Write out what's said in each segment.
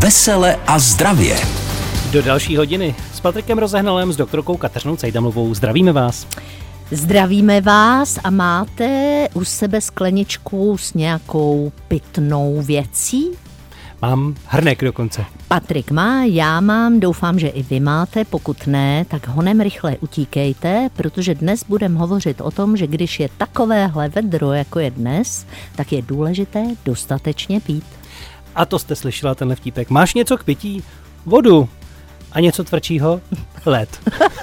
Vesele a zdravě. Do další hodiny s Patrikem Rozehnalem, s doktorkou Kateřinou Cajdamlovou. Zdravíme vás. Zdravíme vás a máte u sebe skleničku s nějakou pitnou věcí? Mám hrnek dokonce. Patrik má, já mám, doufám, že i vy máte, pokud ne, tak honem rychle utíkejte, protože dnes budeme hovořit o tom, že když je takovéhle vedro, jako je dnes, tak je důležité dostatečně pít. A to jste slyšela, tenhle vtípek. Máš něco k pití? Vodu. A něco tvrdšího? Led.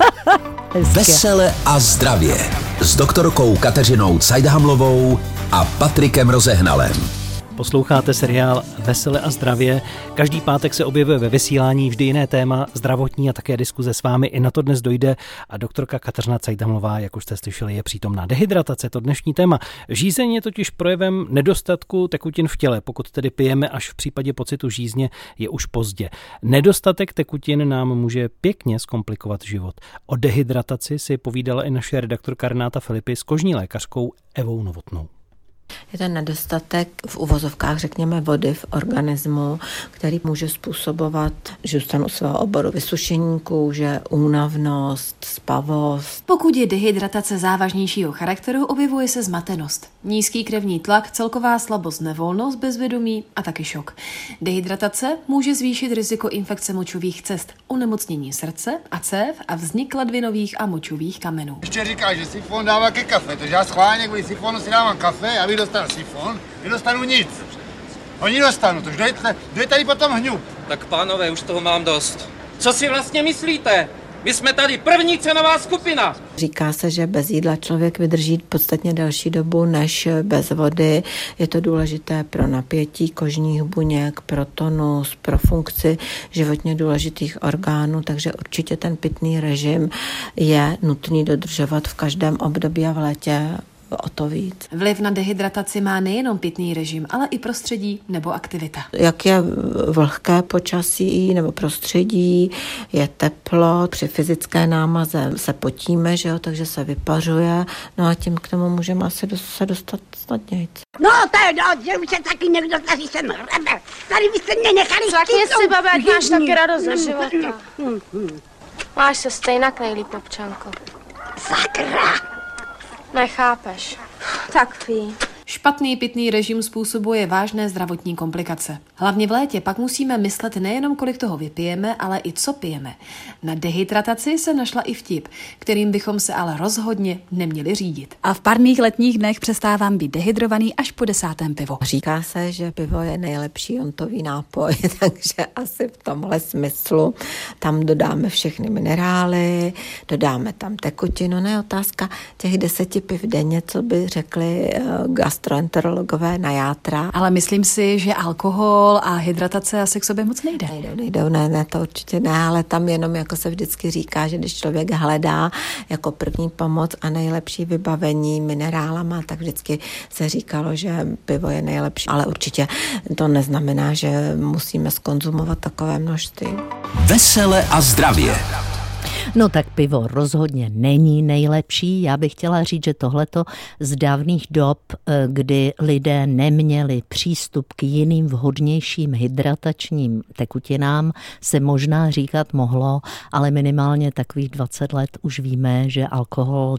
Vesele a zdravě s doktorkou Kateřinou Cajdamlovou a Patrikem Rozehnalem. Posloucháte seriál Vesele a zdravě. Každý pátek se objevuje ve vysílání vždy jiné téma, zdravotní a také diskuze s vámi. I na to dnes dojde a doktorka Kateřina Cajdamlová, jak už jste slyšeli, je přítomná. Dehydratace, to dnešní téma. Žízeň je totiž projevem nedostatku tekutin v těle. Pokud tedy pijeme až v případě pocitu žízně, je už pozdě. Nedostatek tekutin nám může pěkně zkomplikovat život. O dehydrataci si povídala i naše redaktorka Renáta Filipy s kožní lékařkou Evou Novotnou. Je to nedostatek v uvozovkách, řekněme, vody v organismu, který může způsobovat, že zůstanu svého oboru, vysušení kůže, únavnost, spavost. Pokud je dehydratace závažnějšího charakteru, objevuje se zmatenost. Nízký krevní tlak, celková slabost, nevolnost, bezvědomí a taky šok. Dehydratace může zvýšit riziko infekce močových cest, onemocnění srdce a cév a vznik ledvinových a močových kamenů. Ještě říká, že sifon dává ke kafe, takže já schválně kvůli sifonu si dávám kafe, abych dostal sifon, nedostanu nic. Oni dostanu, tož kdo je tady potom hňub? Tak pánové, už toho mám dost. Co si vlastně myslíte? My jsme tady první cenová skupina. Říká se, že bez jídla člověk vydrží podstatně delší dobu než bez vody. Je to důležité pro napětí kožních buněk, pro tonus, pro funkci životně důležitých orgánů, takže určitě ten pitný režim je nutný dodržovat v každém období a v létě o to víc. Vliv na dehydrataci má nejenom pitný režim, ale i prostředí nebo aktivita. Jak je vlhké počasí nebo prostředí, je teplo, při fyzické námaze se potíme, že jo, takže se vypařuje, no a tím k tomu můžeme asi se dostat snadněji. No to je dost, že už se taky někdo tady sem hrebe. Tady byste mě nechali Řekni si, babi, ať máš taky radost ze života. Máš se stejnak nejlíp, občanko. Sakra! Nechápeš. Tak ví. Špatný pitný režim způsobuje vážné zdravotní komplikace. Hlavně v létě pak musíme myslet nejenom, kolik toho vypijeme, ale i co pijeme. Na dehydrataci se našla i vtip, kterým bychom se ale rozhodně neměli řídit. A v parných letních dnech přestávám být dehydrovaný až po 10. pivu. Říká se, že pivo je nejlepší jontový nápoj, takže asi v tomhle smyslu tam dodáme všechny minerály, dodáme tam tekutinu, ne otázka těch 10 piv denně, co by řekli gastroenterologové na játra. Ale myslím si, že alkohol a hydratace asi k sobě moc nejde. Nejdou, ne, to určitě ne, ale tam jenom jako se vždycky říká, že když člověk hledá jako první pomoc a nejlepší vybavení minerálama, tak vždycky se říkalo, že pivo je nejlepší. Ale určitě to neznamená, že musíme zkonzumovat takové množství. Vesele a zdravě. No tak pivo rozhodně není nejlepší. Já bych chtěla říct, že tohleto z dávných dob, kdy lidé neměli přístup k jiným vhodnějším hydratačním tekutinám, se možná říkat mohlo, ale minimálně takových 20 let už víme, že alkohol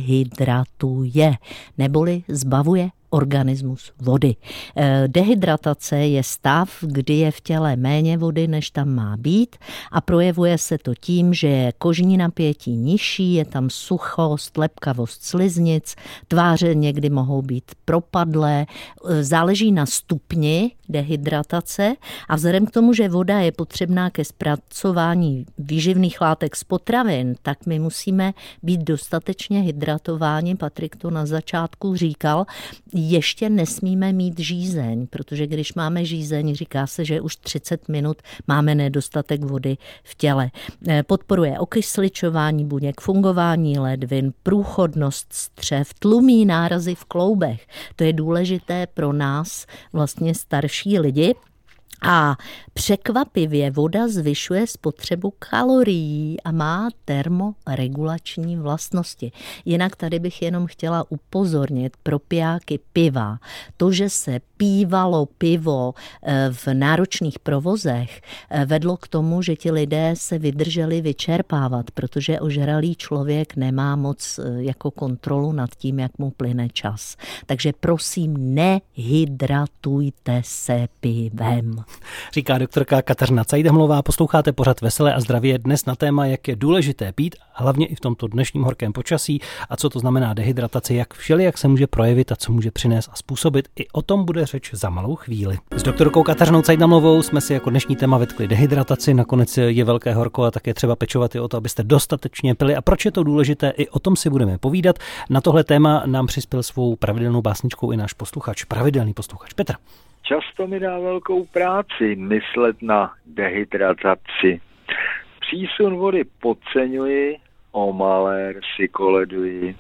dehydratuje, neboli zbavuje organismus vody. Dehydratace je stav, kdy je v těle méně vody, než tam má být a projevuje se to tím, že je kožní napětí nižší, je tam suchost, lepkavost sliznic, tváře někdy mohou být propadlé, záleží na stupni dehydratace a vzhledem k tomu, že voda je potřebná ke zpracování výživných látek z potravin, tak my musíme být dostatečně hydratováni. Patrik to na začátku říkal, ještě nesmíme mít žízeň, protože když máme žízeň, říká se, že už 30 minut máme nedostatek vody v těle. Podporuje okysličování buněk, fungování ledvin, průchodnost střev, tlumí nárazy v kloubech. To je důležité pro nás, vlastně starší lidi. A překvapivě voda zvyšuje spotřebu kalorií a má termoregulační vlastnosti. Jinak tady bych jenom chtěla upozornit pro pijáky piva. To, že se pívalo pivo v náročných provozech, vedlo k tomu, že ti lidé se vydrželi vyčerpávat, protože ožralý člověk nemá moc jako kontrolu nad tím, jak mu plyne čas. Takže prosím, nehydratujte se pivem. Říká doktorka Kateřina Cajdhamlová. Posloucháte pořad Veselé a zdravě dnes na téma, jak je důležité pít, hlavně i v tomto dnešním horkém počasí, a co to znamená dehydratace, jak všelijak se může projevit a co může přinést a způsobit. I o tom bude řeč za malou chvíli. S doktorkou Kateřinou Cajdhamlovou jsme si jako dnešní téma vetkli dehydrataci. Nakonec je velké horko a také třeba pečovat i o to, abyste dostatečně pili. A proč je to důležité, i o tom si budeme povídat. Na tohle téma nám přispěl svou pravidelnou básničkou i náš posluchač, pravidelný posluchač Petr. Často mi dá velkou práci myslet na dehydrataci. Přísun vody podceňuji, o malér si koleduji.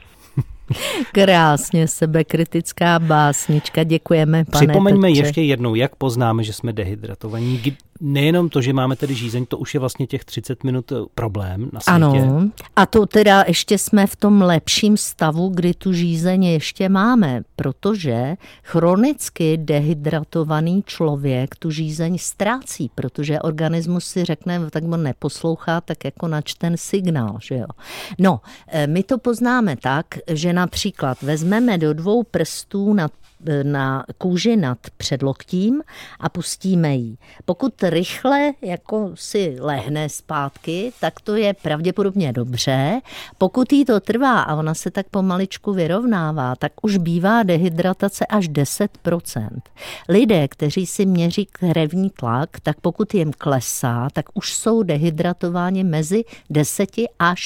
Krásně sebekritická básnička, děkujeme, pane Připomeňme Petře. ještě jednou, jak poznáme, že jsme dehydratovaní. Nejenom to, že máme tedy žízeň, to už je vlastně těch 30 minut problém na světě. Ano, a to teda ještě jsme v tom lepším stavu, kdy tu žízeň ještě máme, protože chronicky dehydratovaný člověk tu žízeň ztrácí, protože organismus si řekne, tak on neposlouchá, tak jako načten signál, že jo. No, my to poznáme tak, že například vezmeme do 2 prstů na kůži nad předloktím a pustíme ji. Pokud rychle jako si lehne zpátky, tak to je pravděpodobně dobře. Pokud jí to trvá a ona se tak pomaličku vyrovnává, tak už bývá dehydratace až 10%. Lidé, kteří si měří krevní tlak, tak pokud jim klesá, tak už jsou dehydratováni mezi 10 až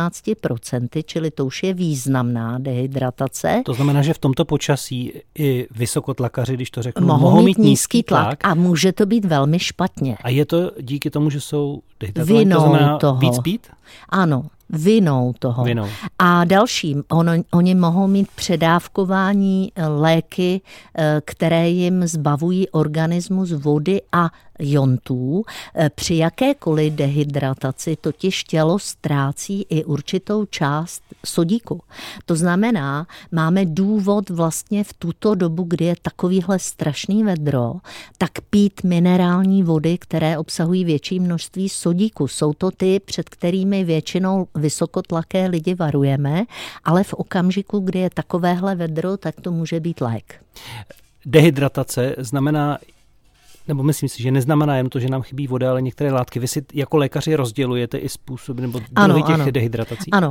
15%, čili to už je významná dehydratace. To znamená, že v tomto počasí i vysokotlakaři, když to řeknu, mohou mít nízký tlak a může to být velmi špatně. A je to díky tomu, že jsou dehydratovaní, to znamená toho. Víc pít? Ano, vinou toho. A další, oni mohou mít předávkování léky, které jim zbavují organismus vody a jontů. Při jakékoliv dehydrataci totiž tělo ztrácí i určitou část sodíku. To znamená, máme důvod vlastně v tuto dobu, kdy je takovýhle strašný vedro, tak pít minerální vody, které obsahují větší množství sodíku. Jsou to ty, před kterými většinou vysokotlaké lidi varujeme, ale v okamžiku, kdy je takovéhle vedro, tak to může být lék. Dehydratace znamená, nebo myslím si, že neznamená jen to, že nám chybí voda, ale některé látky. Vy si jako lékaři rozdělujete i způsob nebo druhy těch dehydratací? Ano,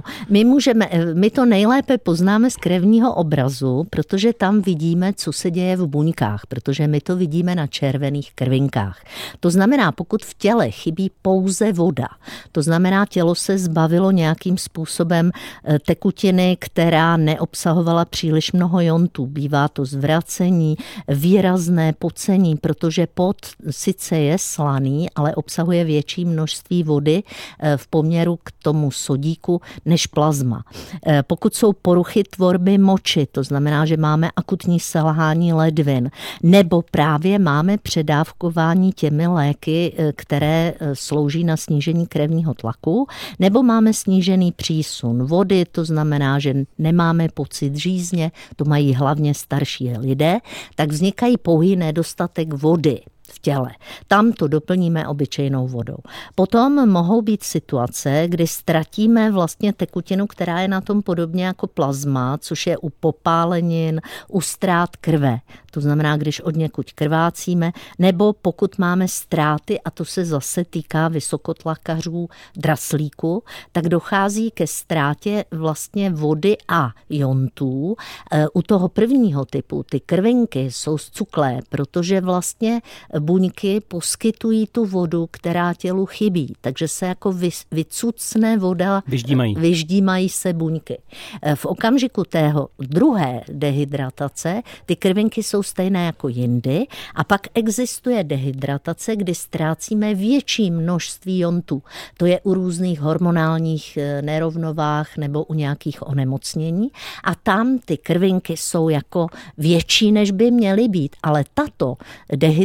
my to nejlépe poznáme z krevního obrazu, protože tam vidíme, co se děje v buňkách, protože my to vidíme na červených krvinkách. To znamená, pokud v těle chybí pouze voda, to znamená, tělo se zbavilo nějakým způsobem tekutiny, která neobsahovala příliš mnoho jontů. Bývá to zvracení, výrazné pocení, protože pot sice je slaný, ale obsahuje větší množství vody v poměru k tomu sodíku než plazma. Pokud jsou poruchy tvorby moči, to znamená, že máme akutní selhání ledvin, nebo právě máme předávkování těmi léky, které slouží na snížení krevního tlaku, nebo máme snížený přísun vody, to znamená, že nemáme pocit žízně, to mají hlavně starší lidé, tak vznikají pouhý nedostatek vody v těle. Tam to doplníme obyčejnou vodou. Potom mohou být situace, kdy ztratíme vlastně tekutinu, která je na tom podobně jako plazma, což je u popálenin, u ztrát krve. To znamená, když od někud krvácíme, nebo pokud máme ztráty, a to se zase týká vysokotlakařů draslíku, tak dochází ke ztrátě vlastně vody a jontů. U toho prvního typu ty krvinky jsou zcuklé, protože vlastně buňky poskytují tu vodu, která tělu chybí. Takže se jako vycucne voda, vyždímají se buňky. V okamžiku tého druhé dehydratace ty krvinky jsou stejné jako jindy a pak existuje dehydratace, kdy ztrácíme větší množství jontů. To je u různých hormonálních nerovnovách nebo u nějakých onemocnění a tam ty krvinky jsou jako větší, než by měly být, ale tato dehydratace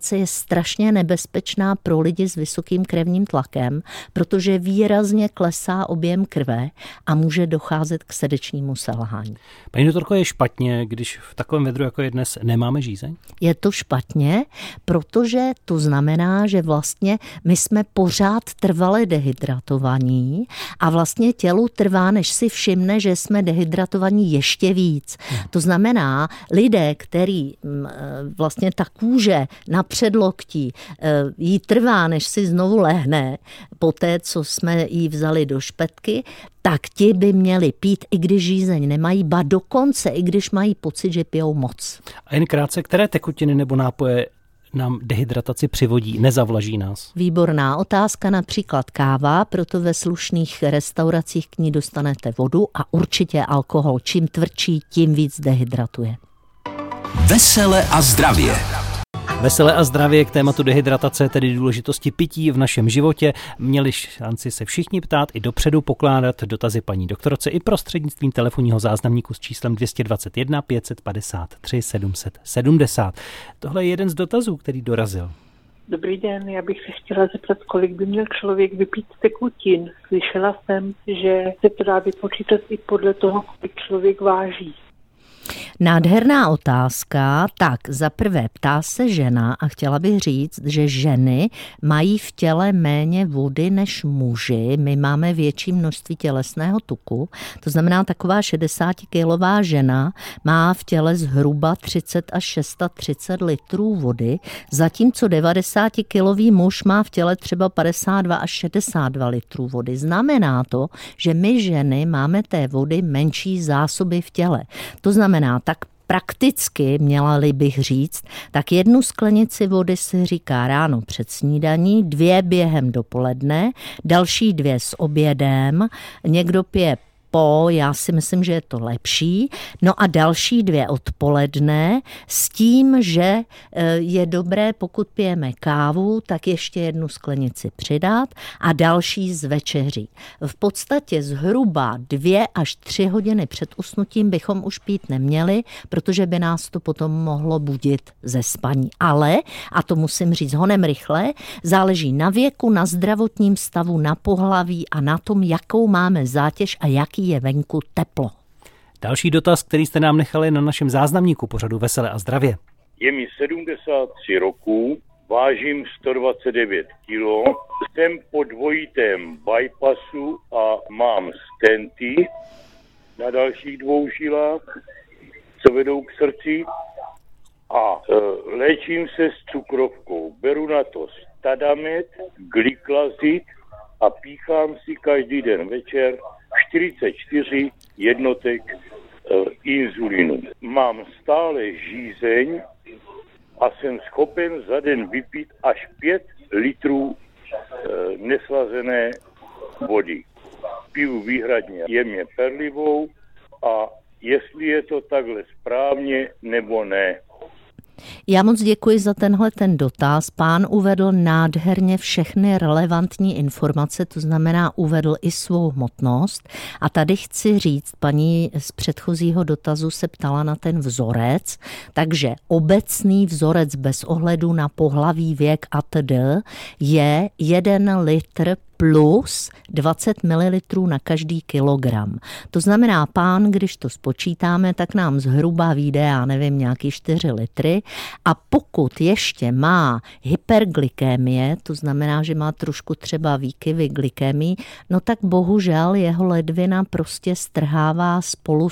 dehydratace je strašně nebezpečná pro lidi s vysokým krevním tlakem, protože výrazně klesá objem krve a může docházet k srdečnímu selhání. Paní doktorko, je špatně, když v takovém vedru, jako je dnes, nemáme žízeň? Je to špatně, protože to znamená, že vlastně my jsme pořád trvale dehydratovaní a vlastně tělu trvá, než si všimne, že jsme dehydratovaní ještě víc. To znamená, lidé, který vlastně ta kůže na předloktí jí trvá, než si znovu lehne po té, co jsme jí vzali do špetky, tak ti by měli pít, i když žízeň nemají, ba dokonce, i když mají pocit, že pijou moc. A jen krátce, které tekutiny nebo nápoje nám dehydrataci přivodí, nezavlaží nás? Výborná otázka, například káva, proto ve slušných restauracích k ní dostanete vodu a určitě alkohol. Čím tvrdší, tím víc dehydratuje. Vesele a zdravě. Vesele a zdravě k tématu dehydratace, tedy důležitosti pití v našem životě. Měli šanci se všichni ptát i dopředu, pokládat dotazy paní doktorce i prostřednictvím telefonního záznamníku s číslem 221 553 770. Tohle je jeden z dotazů, který dorazil. Dobrý den, já bych se chtěla zeptat, kolik by měl člověk vypít tekutin. Slyšela jsem, že se to dá vypočítat i podle toho, kolik člověk váží. Nádherná otázka. Tak za prvé ptá se žena a chtěla bych říct, že ženy mají v těle méně vody než muži. My máme větší množství tělesného tuku. To znamená, taková 60-kilová žena má v těle zhruba 30 až 630 litrů vody, zatímco 90-kilový muž má v těle třeba 52 až 62 litrů vody. Znamená to, že my ženy máme té vody menší zásoby v těle. To znamená, tak prakticky, měla-li bych říct, tak 1 sklenici vody se říká ráno před snídaní, 2 během dopoledne, další 2 s obědem, někdo pije já si myslím, že je to lepší. No a další 2 odpoledne s tím, že je dobré, pokud pijeme kávu, tak ještě 1 sklenici přidat a další z večeří. V podstatě zhruba 2 až 3 hodiny před usnutím bychom už pít neměli, protože by nás to potom mohlo budit ze spaní. Ale, a to musím říct honem rychle, záleží na věku, na zdravotním stavu, na pohlaví a na tom, jakou máme zátěž a jaký je venku teplo. Další dotaz, který jste nám nechali na našem záznamníku pořadu Vesele a zdravě. Je mi 73 roků, vážím 129 kg, jsem po dvojitém bypassu a mám stenty na dalších 2 žilách, co vedou k srdci a léčím se s cukrovkou. Beru na to Stadamet, Glyklazid a píchám si každý den večer 44 jednotek inzulinu. Mám stále žízeň a jsem schopen za den vypít až 5 litrů neslazené vody. Piju výhradně jemně perlivou a jestli je to takhle správně nebo ne. Já moc děkuji za ten dotaz. Pán uvedl nádherně všechny relevantní informace, to znamená uvedl i svou hmotnost. A tady chci říct, paní z předchozího dotazu se ptala na ten vzorec, takže obecný vzorec bez ohledu na pohlaví, věk atd. Je 1 litr plus 20 ml na každý kilogram. To znamená, pán, když to spočítáme, tak nám zhruba vyjde, já nevím, nějaký 4 litry. A pokud ještě má hyperglykémie, to znamená, že má trošku třeba výkyvy glykémii, no tak bohužel jeho ledvina prostě strhává spolu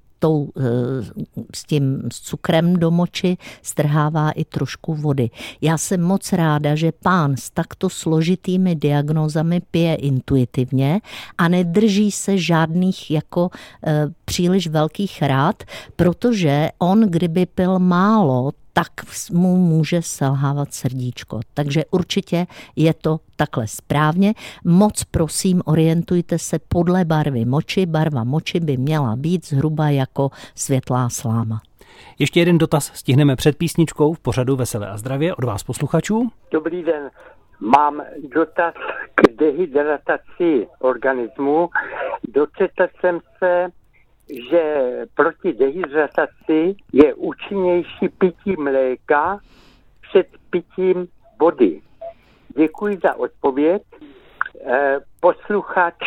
s tím cukrem do moči, strhává i trošku vody. Já jsem moc ráda, že pán s takto složitými diagnózami pije intuitivně a nedrží se žádných jako příliš velkých rád, protože on, kdyby pil málo, tak mu může selhávat srdíčko. Takže určitě je to takhle správně. Moc prosím, orientujte se podle barvy moči. Barva moči by měla být zhruba jako světlá sláma. Ještě jeden dotaz stihneme před písničkou v pořadu Veselé a zdravě od vás posluchačů. Dobrý den. Mám dotaz k dehydrataci organismu. Dočetl jsem se, že proti dehydrataci je účinnější pití mléka před pitím vody? Děkuji za odpověď. Posluchač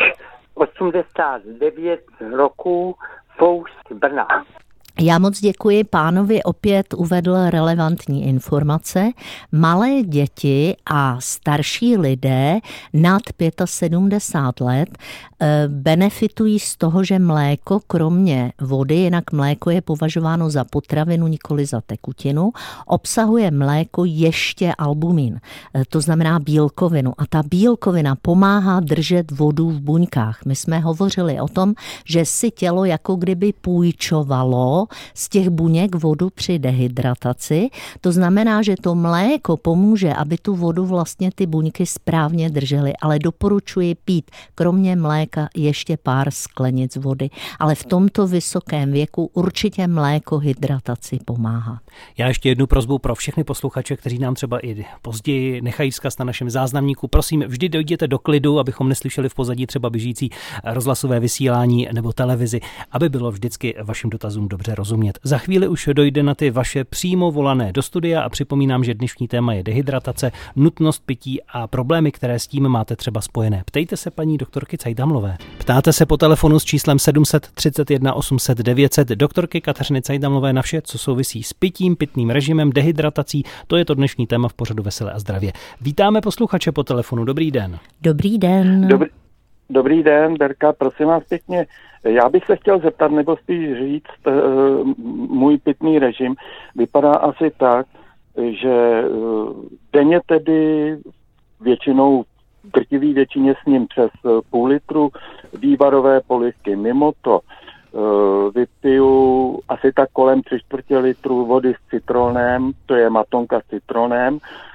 89 roků Fous Brna. Já moc děkuji, pánovi opět uvedl relevantní informace. Malé děti a starší lidé nad 75 let benefitují z toho, že mléko kromě vody, jinak mléko je považováno za potravinu, nikoli za tekutinu, obsahuje mléko ještě albumin, to znamená bílkovinu. A ta bílkovina pomáhá držet vodu v buňkách. My jsme hovořili o tom, že si tělo jako kdyby půjčovalo z těch buněk vodu při dehydrataci. To znamená, že to mléko pomůže, aby tu vodu vlastně ty buňky správně držely, ale doporučuji pít kromě mléka ještě pár sklenic vody. Ale v tomto vysokém věku určitě mléko hydrataci pomáhá. Já ještě jednu prosbu pro všechny posluchače, kteří nám třeba i později nechají vzkaz na našem záznamníku. Prosím, vždy dojděte do klidu, abychom neslyšeli v pozadí třeba běžící rozhlasové vysílání nebo televizi, aby bylo vždycky vašim dotazům dobře rozumět. Za chvíli už dojde na ty vaše přímo volané do studia a připomínám, že dnešní téma je dehydratace, nutnost pití a problémy, které s tím máte třeba spojené. Ptejte se paní doktorky Cajdamlové. Ptáte se po telefonu s číslem 731 800 900 doktorky Kateřiny Cajdamlové na vše, co souvisí s pitím, pitným režimem, dehydratací. To je to dnešní téma v pořadu Veselé a zdravě. Vítáme posluchače po telefonu. Dobrý den. Dobrý den. Dobrý den, Berka, prosím vás pěkně. Já bych se chtěl zeptat, nebo spíš říct, můj pitný režim vypadá asi tak, že denně tedy většinou, drtivý většině s ním přes půl litru vývarové polivky. Mimo to vypiju asi tak kolem 3/4 litru vody s citronem, to je matonka s citronem,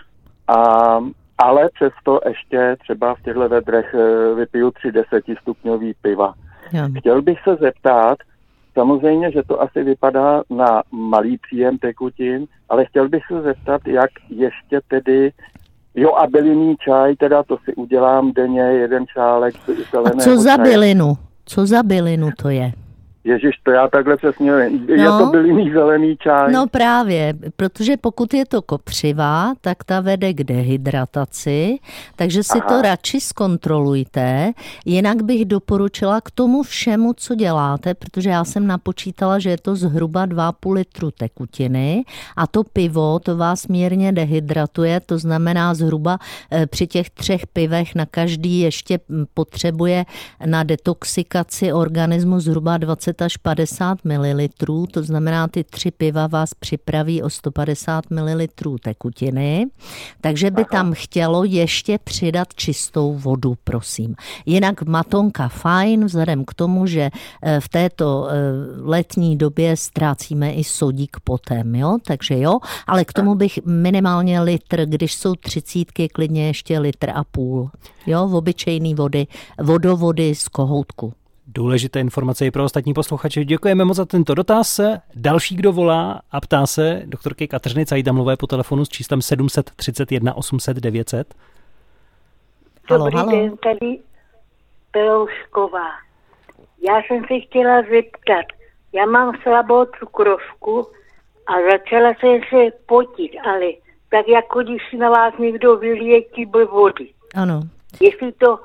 ale přesto ještě třeba v těchto vedrech vypiju 3 10stupňový piva. Chtěl bych se zeptat, samozřejmě, že to asi vypadá na malý příjem tekutin, ale chtěl bych se zeptat, jak ještě tedy, a bylinný čaj, teda to si udělám denně, 1 šálek zeleného. A co za bylinu? Co za bylinu to je? Ježiš, to já takhle přesně nevím. Je to bylinný zelený čaj? No právě, protože pokud je to kopřiva, tak ta vede k dehydrataci, takže si to radši zkontrolujte. Jinak bych doporučila k tomu všemu, co děláte, protože já jsem napočítala, že je to zhruba 2,5 litru tekutiny a to pivo, to vás mírně dehydratuje, to znamená zhruba při těch 3 pivech na každý ještě potřebuje na detoxikaci organismu zhruba 20 až 50 ml, to znamená ty 3 piva vás připraví o 150 ml tekutiny, takže by tam chtělo ještě přidat čistou vodu, prosím. Jinak matonka fajn, vzhledem k tomu, že v této letní době ztrácíme i sodík potem, jo, takže jo, ale k tomu bych minimálně litr, když jsou 30, klidně ještě 1,5 litru, jo, v obyčejný vody, vodovody z kohoutku. Důležité informace i pro ostatní posluchače. Děkujeme moc za tento dotaz. Další, kdo volá a ptá se doktorky Kateřiny Cajdamlové po telefonu s číslem 731 800 900. Dobrý den, tady Peloušková. Já jsem se chtěla zeptat. Já mám slabou cukrovku a začala jsem se potit, ale tak jako když si na vás někdo vylije kýbl vody. Ano. Jestli to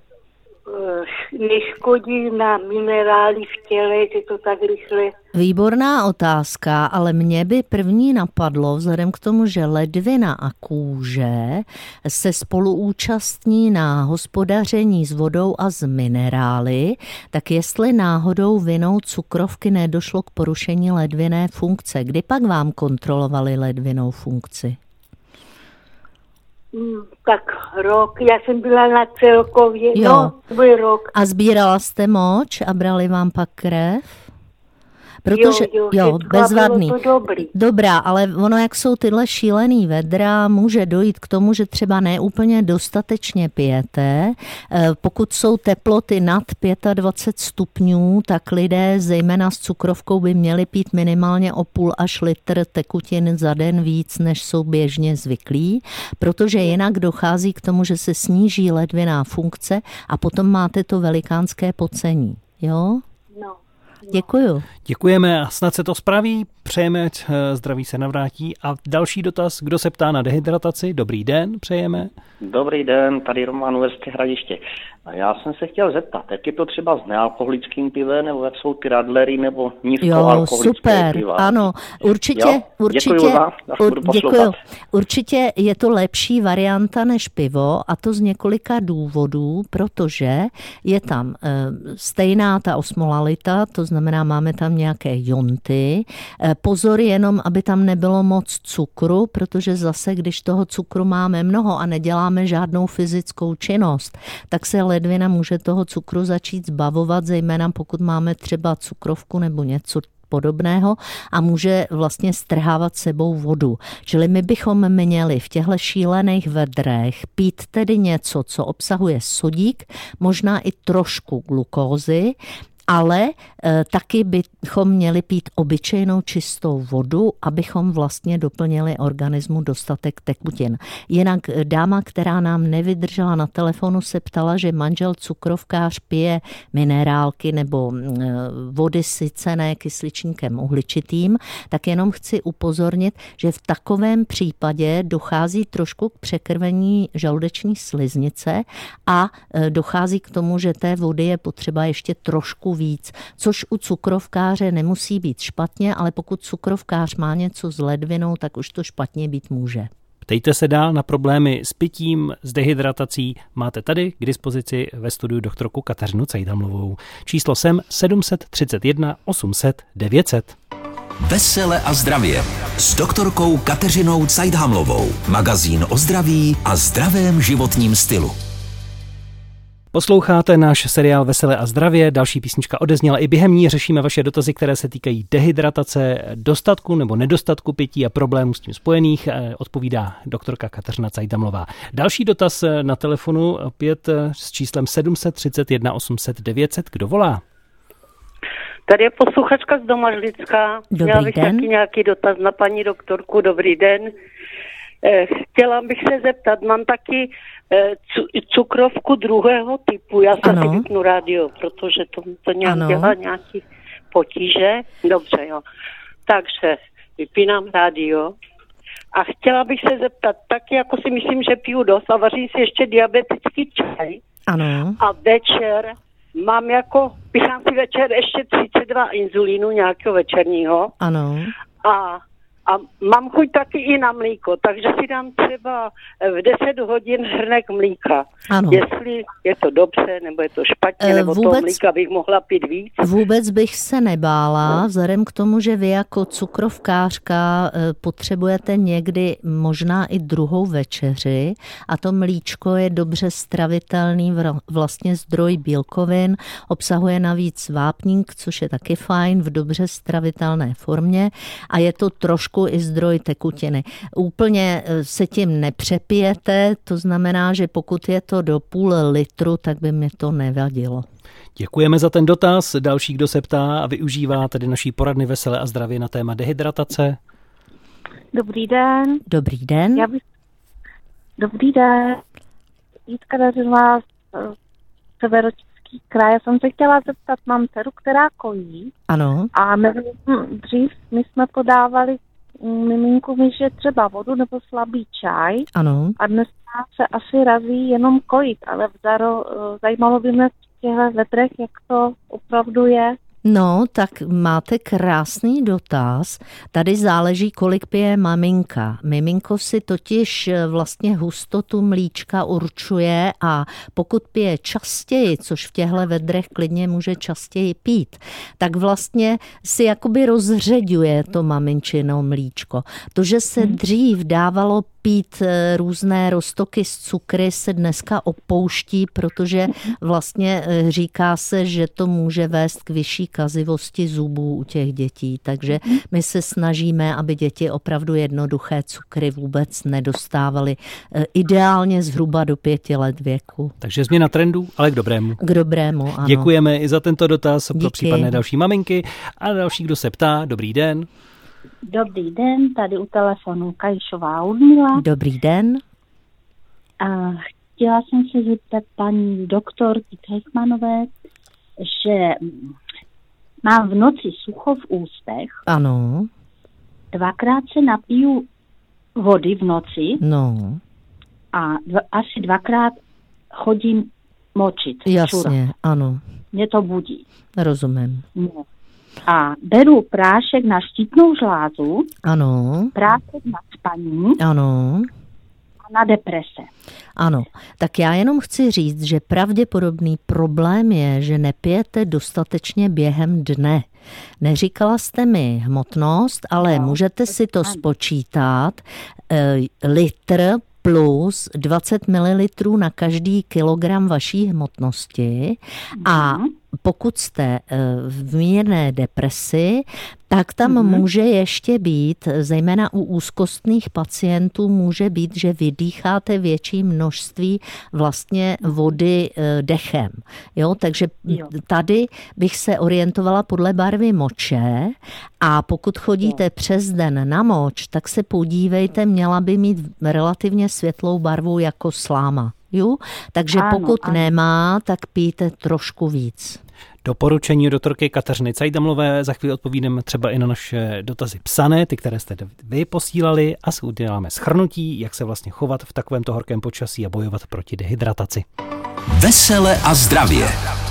neškodí na minerály v těle, že to tak rychle... Výborná otázka, ale mě by první napadlo, vzhledem k tomu, že ledvina a kůže se spolu účastní na hospodaření s vodou a s minerály, tak jestli náhodou vinou cukrovky nedošlo k porušení ledvinné funkce, kdy pak vám kontrolovali ledvinnou funkci? Tak rok, já jsem byla na celkově, byl rok. A sbírala jste moč a brali vám pak krev? Protože, bezvadný. Dobrá, ale ono, jak jsou tyhle šílený vedra, může dojít k tomu, že třeba neúplně dostatečně pijete. Pokud jsou teploty nad 25 stupňů, tak lidé, zejména s cukrovkou, by měli pít minimálně o 0,5 až litr tekutin za den víc, než jsou běžně zvyklí, protože jinak dochází k tomu, že se sníží ledvinná funkce a potom máte to velikánské pocení. Jo? děkuju. Děkujeme a snad se to spraví. Přejeme, zdraví se navrátí. A další dotaz, kdo se ptá na dehydrataci? Dobrý den, přejeme. Dobrý den, tady Roman Uherské Hradiště. Já jsem se chtěl zeptat, jak je to třeba s nealkoholickým pivem, nebo jak jsou ty radlery, nebo nízkoalkoholické piva? Ano, určitě, děkuju. Určitě je to lepší varianta než pivo, a to z několika důvodů, protože je tam stejná ta osmolalita, to znamená, máme tam nějaké jonty. Pozor jenom, aby tam nebylo moc cukru, protože zase, když toho cukru máme mnoho a neděláme žádnou fyzickou činnost, tak se ledvina může toho cukru začít zbavovat, zejména pokud máme třeba cukrovku nebo něco podobného, a může vlastně strhávat sebou vodu. Čili my bychom měli v těchto šílených vedrech pít tedy něco, co obsahuje sodík, možná i trošku glukózy, ale taky bychom měli pít obyčejnou čistou vodu, abychom vlastně doplnili organismu dostatek tekutin. Jinak dáma, která nám nevydržela na telefonu, se ptala, že manžel cukrovkář pije minerálky nebo vody sycené kysličníkem uhličitým, tak jenom chci upozornit, že v takovém případě dochází trošku k překrvení žaludeční sliznice a dochází k tomu, že té vody je potřeba ještě trošku víc, což u cukrovkáře nemusí být špatně, ale pokud cukrovkář má něco s ledvinou, tak už to špatně být může. Ptejte se dál na problémy s pitím, s dehydratací. Máte tady k dispozici ve studiu doktorku Kateřinu Cajdhamlovou. Číslo sem 731 800 900. Vesele a zdravě s doktorkou Kateřinou Cajdhamlovou. Magazín o zdraví a zdravém životním stylu. Posloucháte náš seriál Vesele a zdravě, další písnička odezněla, i během ní řešíme vaše dotazy, které se týkají dehydratace, dostatku nebo nedostatku pití a problémů s tím spojených, odpovídá doktorka Kateřina Cajdhamlová. Další dotaz na telefonu opět s číslem 731 800 900, kdo volá? Tady je posluchačka z Domažlická. Měla bych taky nějaký dotaz na paní doktorku. Dobrý den. Chtěla bych se zeptat, mám taky cukrovku druhého typu. Já se asi vypnu rádio, protože to nějak dělá nějaký potíže. Dobře, jo. Takže vypínám rádio a chtěla bych se zeptat, taky jako si myslím, že piju dost a vařím si ještě diabetický čaj. Ano. A večer mám píchám si večer ještě 32 inzulínu nějakého večerního. Ano. A mám chuť taky i na mlíko, takže si dám třeba v 10 hodin hrnek mlíka. Ano. Jestli je to dobře, nebo je to špatně, nebo toho mlíka bych mohla pít víc. Vůbec bych se nebála, vzhledem k tomu, že vy jako cukrovkářka potřebujete někdy možná i druhou večeři a to mlíčko je dobře stravitelný, vlastně zdroj bílkovin, obsahuje navíc vápník, což je taky fajn, v dobře stravitelné formě a je to trošku i zdroj tekutiny. Úplně se tím nepřepijete, to znamená, že pokud je to do půl litru, tak by mi to nevadilo. Děkujeme za ten dotaz. Další, kdo se ptá a využívá tedy naší poradny Vesele a zdravě na téma dehydratace. Dobrý den. Dobrý den. Dobrý den. Jitka Dařilová z Severočeský kraj. Já jsem se chtěla zeptat, mám dceru, která kojí. Ano. A dřív my jsme podávali miminkovi, že třeba vodu nebo slabý čaj. Ano. A dnes se asi razí jenom kojit, ale zajímalo by mě v těchto vedrech, jak to opravdu je. No, tak máte krásný dotaz. Tady záleží, kolik pije maminka. Miminko si totiž vlastně hustotu mlíčka určuje a pokud pije častěji, což v těchto vedrech klidně může častěji pít, tak vlastně si jakoby rozředuje to maminčino mlíčko. To, že se dřív dávalo pít různé roztoky z cukry, se dneska opouští, protože vlastně říká se, že to může vést k vyšší kazivosti zubů u těch dětí. Takže my se snažíme, aby děti opravdu jednoduché cukry vůbec nedostávaly. Ideálně zhruba do 5 let věku. Takže změna trendu, ale k dobrému. K dobrému, ano. Děkujeme i za tento dotaz pro případné další maminky. A další, kdo se ptá, dobrý den. Dobrý den, tady u telefonu Kajšová Ludmila. Dobrý den. A chtěla jsem se zeptat paní doktorky Krechmanové, že mám v noci sucho v ústech. Ano. 2krát se napiju vody v noci. No. A asi 2krát chodím močit. Jasně, šurat. ano. Mě to budí. Rozumím. No. A beru prášek na štítnou žlázu. Ano. Prášek na spaní. Ano. A na deprese. Ano, tak já jenom chci říct, že pravděpodobný problém je, že nepijete dostatečně během dne. Neříkala jste mi hmotnost, ale můžete si to spočítat. Litr plus 20 ml na každý kilogram vaší hmotnosti a pokud jste v mírné depresi, tak tam může ještě být, zejména u úzkostných pacientů, může být, že vydýcháte větší množství vlastně vody dechem. Jo? Takže tady bych se orientovala podle barvy moče a pokud chodíte přes den na moč, tak se podívejte, měla by mít relativně světlou barvu jako sláma. Jo? Takže pokud nemá, tak pijte trošku víc. Doporučení doktorky Kateřiny Cajdamlové. Za chvíli odpovídeme třeba i na naše dotazy psané, ty, které jste vy posílali, a si uděláme shrnutí, jak se vlastně chovat v takovémto horkém počasí a bojovat proti dehydrataci. Vesele a zdravě.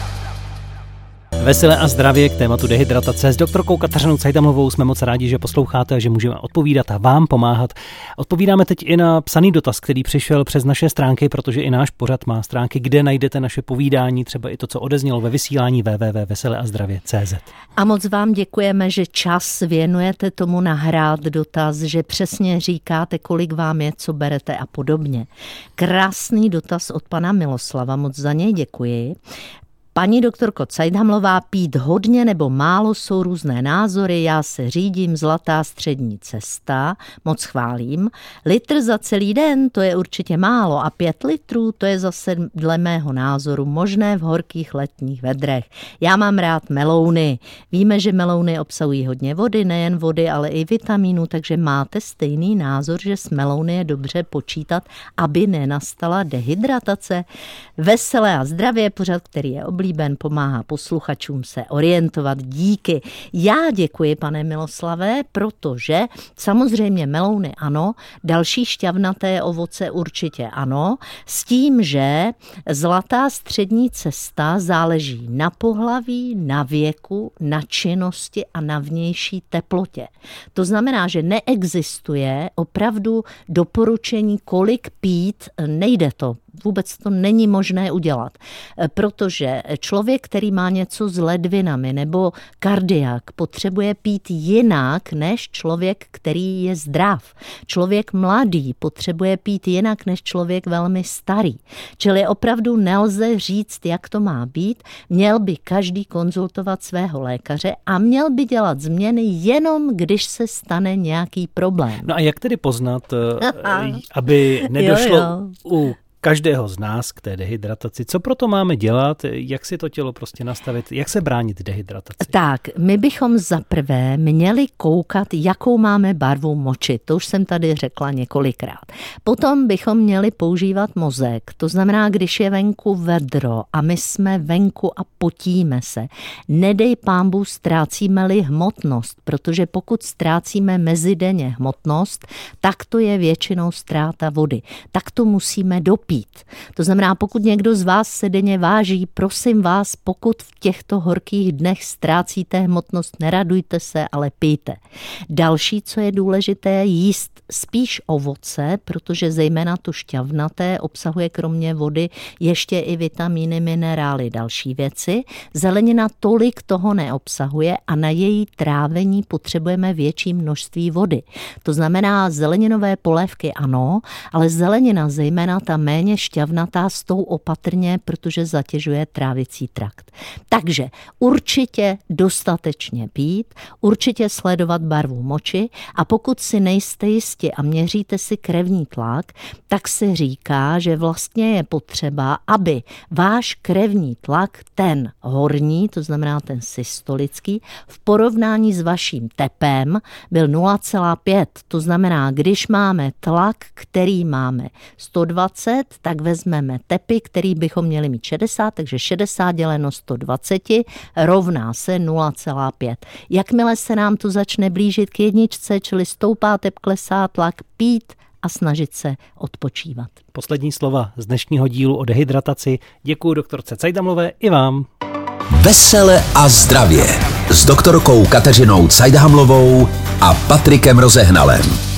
Vesele a zdravě k tématu dehydratace. S doktorkou Kateřinou Cajdamlovou jsme moc rádi, že posloucháte a že můžeme odpovídat a vám pomáhat. Odpovídáme teď i na psaný dotaz, který přišel přes naše stránky, protože i náš pořad má stránky, kde najdete naše povídání, třeba i to, co odeznělo ve vysílání www.veseleazdravě.cz. A moc vám děkujeme, že čas věnujete tomu nahrát dotaz, že přesně říkáte, kolik vám je, co berete a podobně. Krásný dotaz od pana Miloslava, moc za něj děkuji. Paní doktorko Cajdamlová, pít hodně nebo málo jsou různé názory, já se řídím zlatá střední cesta, moc chválím. Litr za celý den, to je určitě málo a 5 litrů, to je zase dle mého názoru možné v horkých letních vedrech. Já mám rád melouny. Víme, že melouny obsahují hodně vody, nejen vody, ale i vitamínů, takže máte stejný názor, že s melouny je dobře počítat, aby nenastala dehydratace. Veselé a zdravě, pořad, který je oblíben, pomáhá posluchačům se orientovat. Díky. Já děkuji, pane Miloslave, protože samozřejmě melouny ano, další šťavnaté ovoce určitě ano, s tím, že zlatá střední cesta záleží na pohlaví, na věku, na činnosti a na vnější teplotě. To znamená, že neexistuje opravdu doporučení, kolik pít, nejde to. Vůbec to není možné udělat, protože člověk, který má něco s ledvinami nebo kardiak, potřebuje pít jinak než člověk, který je zdrav. Člověk mladý potřebuje pít jinak než člověk velmi starý. Čili opravdu nelze říct, jak to má být. Měl by každý konzultovat svého lékaře a měl by dělat změny jenom, když se stane nějaký problém. No a jak tedy poznat, aby nedošlo u každého z nás k té dehydrataci? Co proto máme dělat? Jak si to tělo prostě nastavit? Jak se bránit dehydrataci? Tak, my bychom zaprvé měli koukat, jakou máme barvu moči. To už jsem tady řekla několikrát. Potom bychom měli používat mozek. To znamená, když je venku vedro a my jsme venku a potíme se. Nedej pánbůh, ztrácíme-li hmotnost, protože pokud ztrácíme mezidenně hmotnost, tak to je většinou ztráta vody. Tak to musíme dopít. To znamená, pokud někdo z vás se denně váží, prosím vás, pokud v těchto horkých dnech ztrácíte hmotnost, neradujte se, ale pijte. Další, co je důležité, jíst spíš ovoce, protože zejména to šťavnaté obsahuje kromě vody ještě i vitamíny, minerály, další věci. Zelenina tolik toho neobsahuje a na její trávení potřebujeme větší množství vody. To znamená, zeleninové polévky ano, ale zelenina, zejména ta méně šťavnatá, s tou opatrně, protože zatěžuje trávicí trakt. Takže určitě dostatečně pít, určitě sledovat barvu moči a pokud si nejste jisti a měříte si krevní tlak, tak se říká, že vlastně je potřeba, aby váš krevní tlak, ten horní, to znamená ten systolický, v porovnání s vaším tepem byl 0,5. To znamená, když máme tlak, který máme 120, tak vezmeme tepy, který bychom měli mít 60, takže 60 děleno 120 rovná se 0,5. Jakmile se nám tu začne blížit k jedničce, čili stoupá tep, klesá tlak, pít a snažit se odpočívat. Poslední slova z dnešního dílu o dehydrataci. Děkuji doktorce Cajdhamlové i vám. Vesele a zdravě s doktorkou Kateřinou Cajdhamlovou a Patrikem Rozehnalem.